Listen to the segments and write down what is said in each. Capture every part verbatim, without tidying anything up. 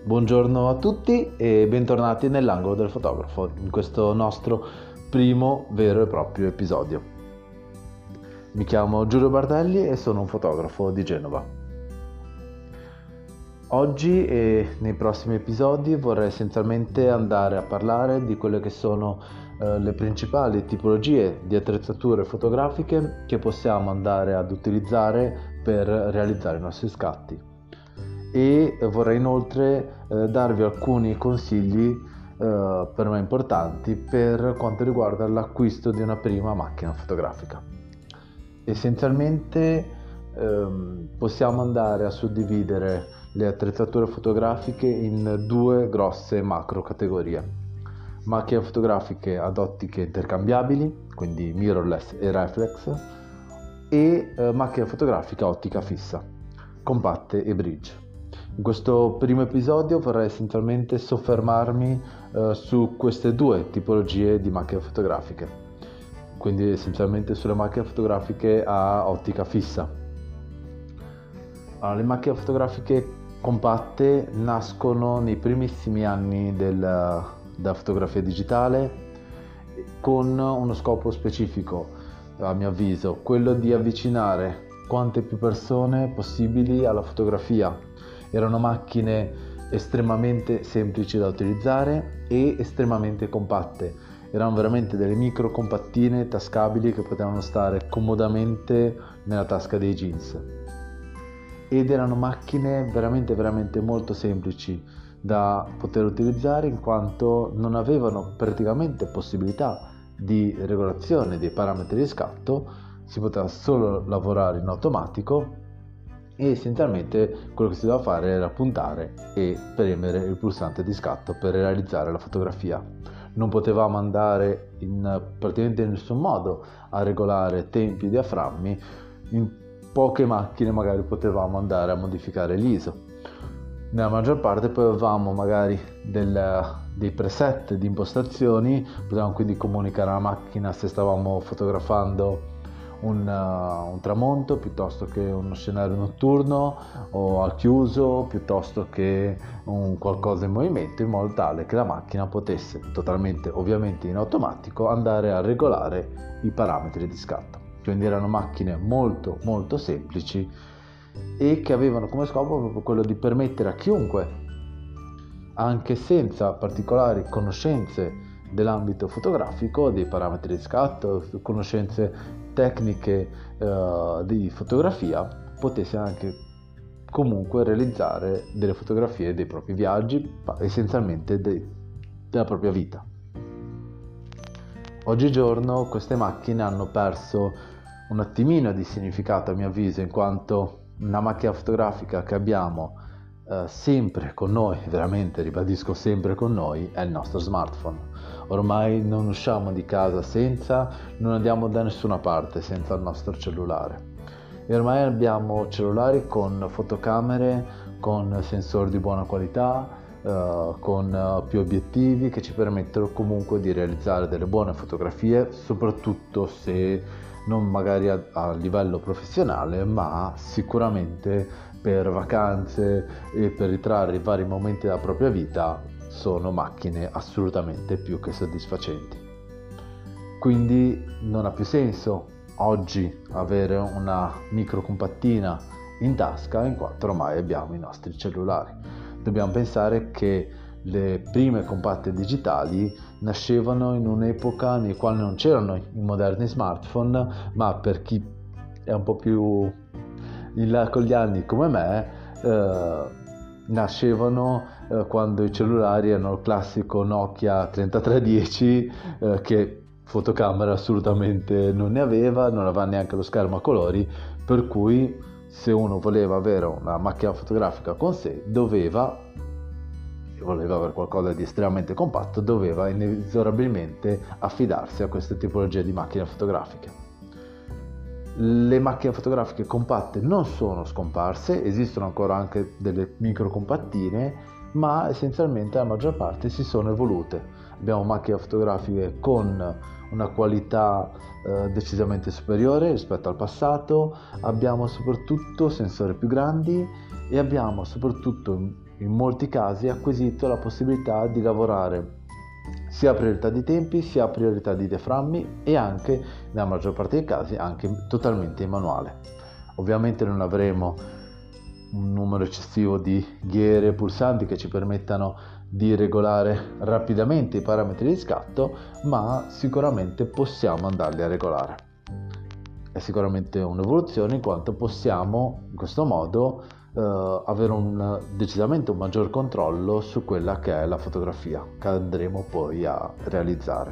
Buongiorno a tutti e bentornati nell'angolo del fotografo, in questo nostro primo vero e proprio episodio. Mi chiamo Giulio Bardelli e sono un fotografo di Genova. Oggi e nei prossimi episodi vorrei essenzialmente andare a parlare di quelle che sono eh, le principali tipologie di attrezzature fotografiche che possiamo andare ad utilizzare per realizzare i nostri scatti. E vorrei inoltre eh, darvi alcuni consigli eh, per me importanti per quanto riguarda l'acquisto di una prima macchina fotografica. Essenzialmente ehm, possiamo andare a suddividere le attrezzature fotografiche in due grosse macro categorie: macchine fotografiche ad ottiche intercambiabili, quindi mirrorless e reflex, e eh, macchine fotografiche a ottica fissa, compatte e bridge. In questo primo episodio vorrei essenzialmente soffermarmi eh, su queste due tipologie di macchine fotografiche, quindi essenzialmente sulle macchine fotografiche a ottica fissa. Allora, le macchine fotografiche compatte nascono nei primissimi anni del, della fotografia digitale con uno scopo specifico, a mio avviso, quello di avvicinare quante più persone possibili alla fotografia. Erano macchine estremamente semplici da utilizzare e estremamente compatte. Erano veramente delle micro compattine tascabili che potevano stare comodamente nella tasca dei jeans. Ed erano macchine veramente veramente molto semplici da poter utilizzare, in quanto non avevano praticamente possibilità di regolazione dei parametri di scatto. Si poteva solo lavorare in automatico e essenzialmente quello che si doveva fare era puntare e premere il pulsante di scatto per realizzare la fotografia. Non potevamo andare in praticamente in nessun modo a regolare tempi e diaframmi. In poche macchine magari potevamo andare a modificare l'I S O. Nella maggior parte poi avevamo magari del, dei preset di impostazioni, potevamo quindi comunicare alla macchina se stavamo fotografando Un, uh, un tramonto piuttosto che uno scenario notturno o al chiuso, piuttosto che un qualcosa in movimento, in modo tale che la macchina potesse totalmente, ovviamente in automatico, andare a regolare i parametri di scatto. Quindi erano macchine molto molto semplici e che avevano come scopo proprio quello di permettere a chiunque, anche senza particolari conoscenze dell'ambito fotografico, dei parametri di scatto, conoscenze tecniche eh, di fotografia, potesse anche comunque realizzare delle fotografie dei propri viaggi, essenzialmente de- della propria vita. Oggigiorno queste macchine hanno perso un attimino di significato, a mio avviso, in quanto una macchina fotografica che abbiamo Uh, sempre con noi, veramente ribadisco sempre con noi, è il nostro smartphone. Ormai non usciamo di casa senza, non andiamo da nessuna parte senza il nostro cellulare. E ormai abbiamo cellulari con fotocamere, con sensori di buona qualità, uh, con uh, più obiettivi che ci permettono comunque di realizzare delle buone fotografie, soprattutto se non magari a, a livello professionale, ma sicuramente per vacanze e per ritrarre i vari momenti della propria vita. Sono macchine assolutamente più che soddisfacenti. Quindi non ha più senso oggi avere una micro compattina in tasca, in quanto ormai abbiamo i nostri cellulari. Dobbiamo pensare che le prime compatte digitali nascevano in un'epoca nel quale non c'erano i moderni smartphone, ma per chi è un po' più in là con gli anni come me, eh, nascevano eh, quando i cellulari erano il classico Nokia trentatré dieci, eh, che fotocamera assolutamente non ne aveva, non aveva neanche lo schermo a colori, per cui se uno voleva avere una macchina fotografica con sé, doveva voleva avere qualcosa di estremamente compatto, doveva inesorabilmente affidarsi a queste tipologie di macchine fotografiche. Le macchine fotografiche compatte non sono scomparse, esistono ancora anche delle micro compattine, ma essenzialmente la maggior parte si sono evolute. Abbiamo macchine fotografiche con una qualità eh, decisamente superiore rispetto al passato, abbiamo soprattutto sensori più grandi e abbiamo soprattutto in molti casi acquisito la possibilità di lavorare sia a priorità di tempi sia a priorità di diaframmi e anche, nella maggior parte dei casi, anche totalmente in manuale. Ovviamente non avremo un numero eccessivo di ghiere e pulsanti che ci permettano di regolare rapidamente i parametri di scatto, ma sicuramente possiamo andarli a regolare. È sicuramente un'evoluzione, in quanto possiamo in questo modo eh, avere un, decisamente un maggior controllo su quella che è la fotografia che andremo poi a realizzare.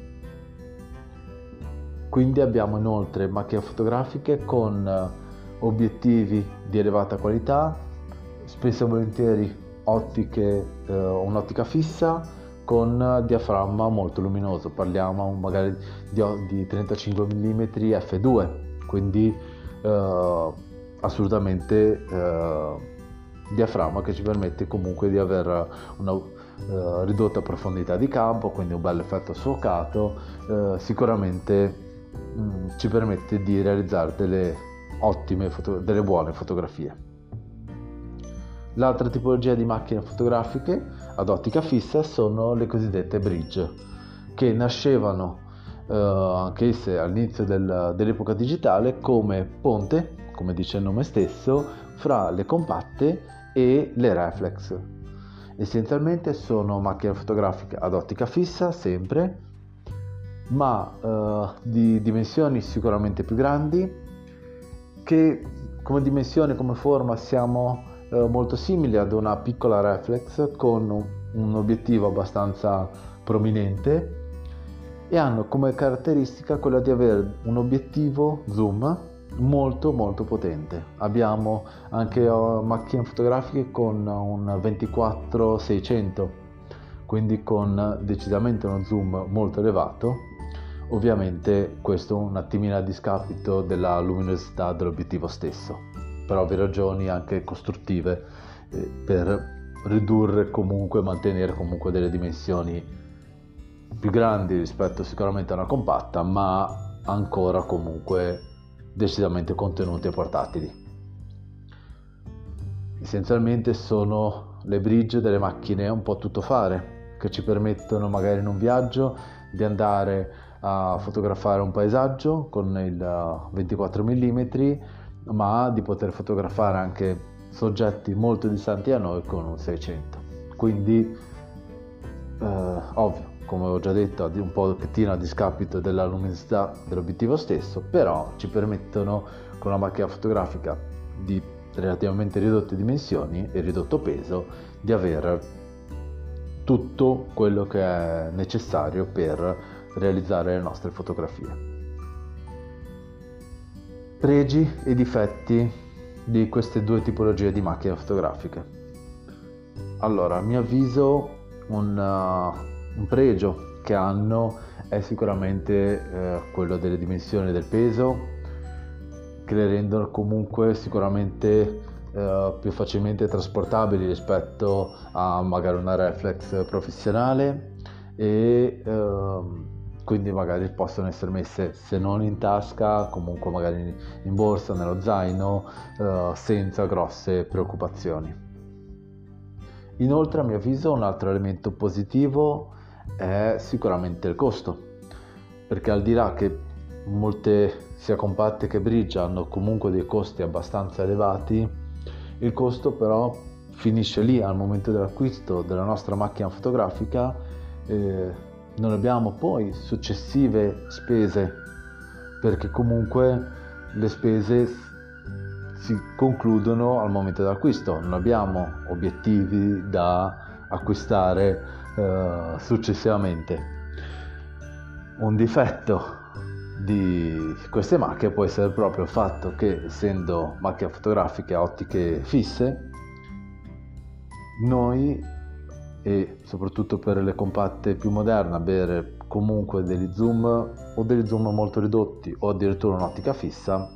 Quindi abbiamo inoltre macchine fotografiche con obiettivi di elevata qualità, spesso e volentieri ottiche, eh, un'ottica fissa con diaframma molto luminoso. Parliamo magari di, di trentacinque millimetri effe due, quindi eh, assolutamente eh, diaframma che ci permette comunque di avere una eh, ridotta profondità di campo, quindi un bel effetto sfocato, eh, sicuramente mh, ci permette di realizzare delle ottime foto- delle buone fotografie. L'altra tipologia di macchine fotografiche ad ottica fissa sono le cosiddette bridge, che nascevano eh, anche esse all'inizio del, dell'epoca digitale come ponte, come dice il nome stesso, fra le compatte e le reflex. Essenzialmente sono macchine fotografiche ad ottica fissa sempre, ma eh, di dimensioni sicuramente più grandi, che come dimensione, come forma siamo eh, molto simili ad una piccola reflex con un, un obiettivo abbastanza prominente, e hanno come caratteristica quella di avere un obiettivo zoom molto molto potente. Abbiamo anche uh, macchine fotografiche con un ventiquattro seicento, quindi con decisamente uno zoom molto elevato. Ovviamente questo un attimino a discapito della luminosità dell'obiettivo stesso, per ovvie ragioni anche costruttive, eh, per ridurre comunque, mantenere comunque delle dimensioni più grandi rispetto sicuramente a una compatta, ma ancora comunque decisamente contenute e portatili. Essenzialmente sono le bridge delle macchine un po' tuttofare, che ci permettono magari in un viaggio di andare a fotografare un paesaggio con il ventiquattro millimetri, ma di poter fotografare anche soggetti molto distanti da noi con un seicento. Quindi eh, ovvio, come ho già detto, un pochettino a discapito della luminosità dell'obiettivo stesso, però ci permettono con una macchina fotografica di relativamente ridotte dimensioni e ridotto peso di avere tutto quello che è necessario per realizzare le nostre fotografie. Pregi e difetti di queste due tipologie di macchine fotografiche. Allora, a mio avviso un, uh, un pregio che hanno è sicuramente eh, quello delle dimensioni del peso, che le rendono comunque sicuramente eh, più facilmente trasportabili rispetto a magari una reflex professionale, e eh, quindi magari possono essere messe, se non in tasca, comunque magari in borsa, nello zaino, eh, senza grosse preoccupazioni. Inoltre, a mio avviso, un altro elemento positivo è sicuramente il costo, perché al di là che molte sia compatte che bridge hanno comunque dei costi abbastanza elevati, il costo però finisce lì al momento dell'acquisto della nostra macchina fotografica. Eh, non abbiamo poi successive spese, perché comunque le spese si concludono al momento dell'acquisto, non abbiamo obiettivi da acquistare eh, successivamente. Un difetto di queste macchine può essere proprio il fatto che, essendo macchine fotografiche a ottiche fisse, noi, e soprattutto per le compatte più moderne, avere comunque degli zoom o degli zoom molto ridotti o addirittura un'ottica fissa,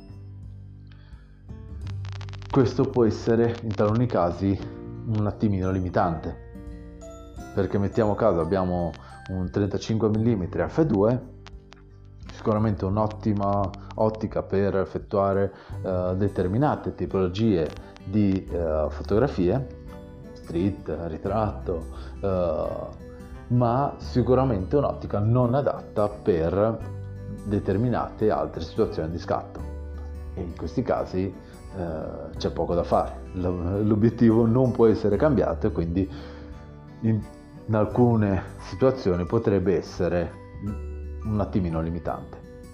questo può essere in taluni casi un attimino limitante, perché mettiamo caso abbiamo un trentacinque millimetri effe due, sicuramente un'ottima ottica per effettuare eh, determinate tipologie di eh, fotografie, street, ritratto, eh, ma sicuramente un'ottica non adatta per determinate altre situazioni di scatto, e in questi casi eh, c'è poco da fare. L'obiettivo non può essere cambiato e quindi in, in alcune situazioni potrebbe essere un attimino limitante.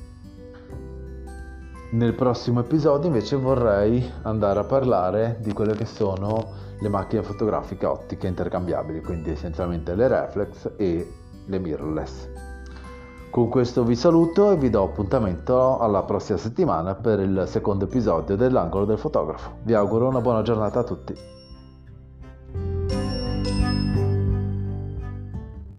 Nel prossimo episodio invece vorrei andare a parlare di quelle che sono le macchine fotografiche ottiche intercambiabili, quindi essenzialmente le reflex e le mirrorless. Con questo vi saluto e vi do appuntamento alla prossima settimana per il secondo episodio dell'Angolo del Fotografo. Vi auguro una buona giornata a tutti.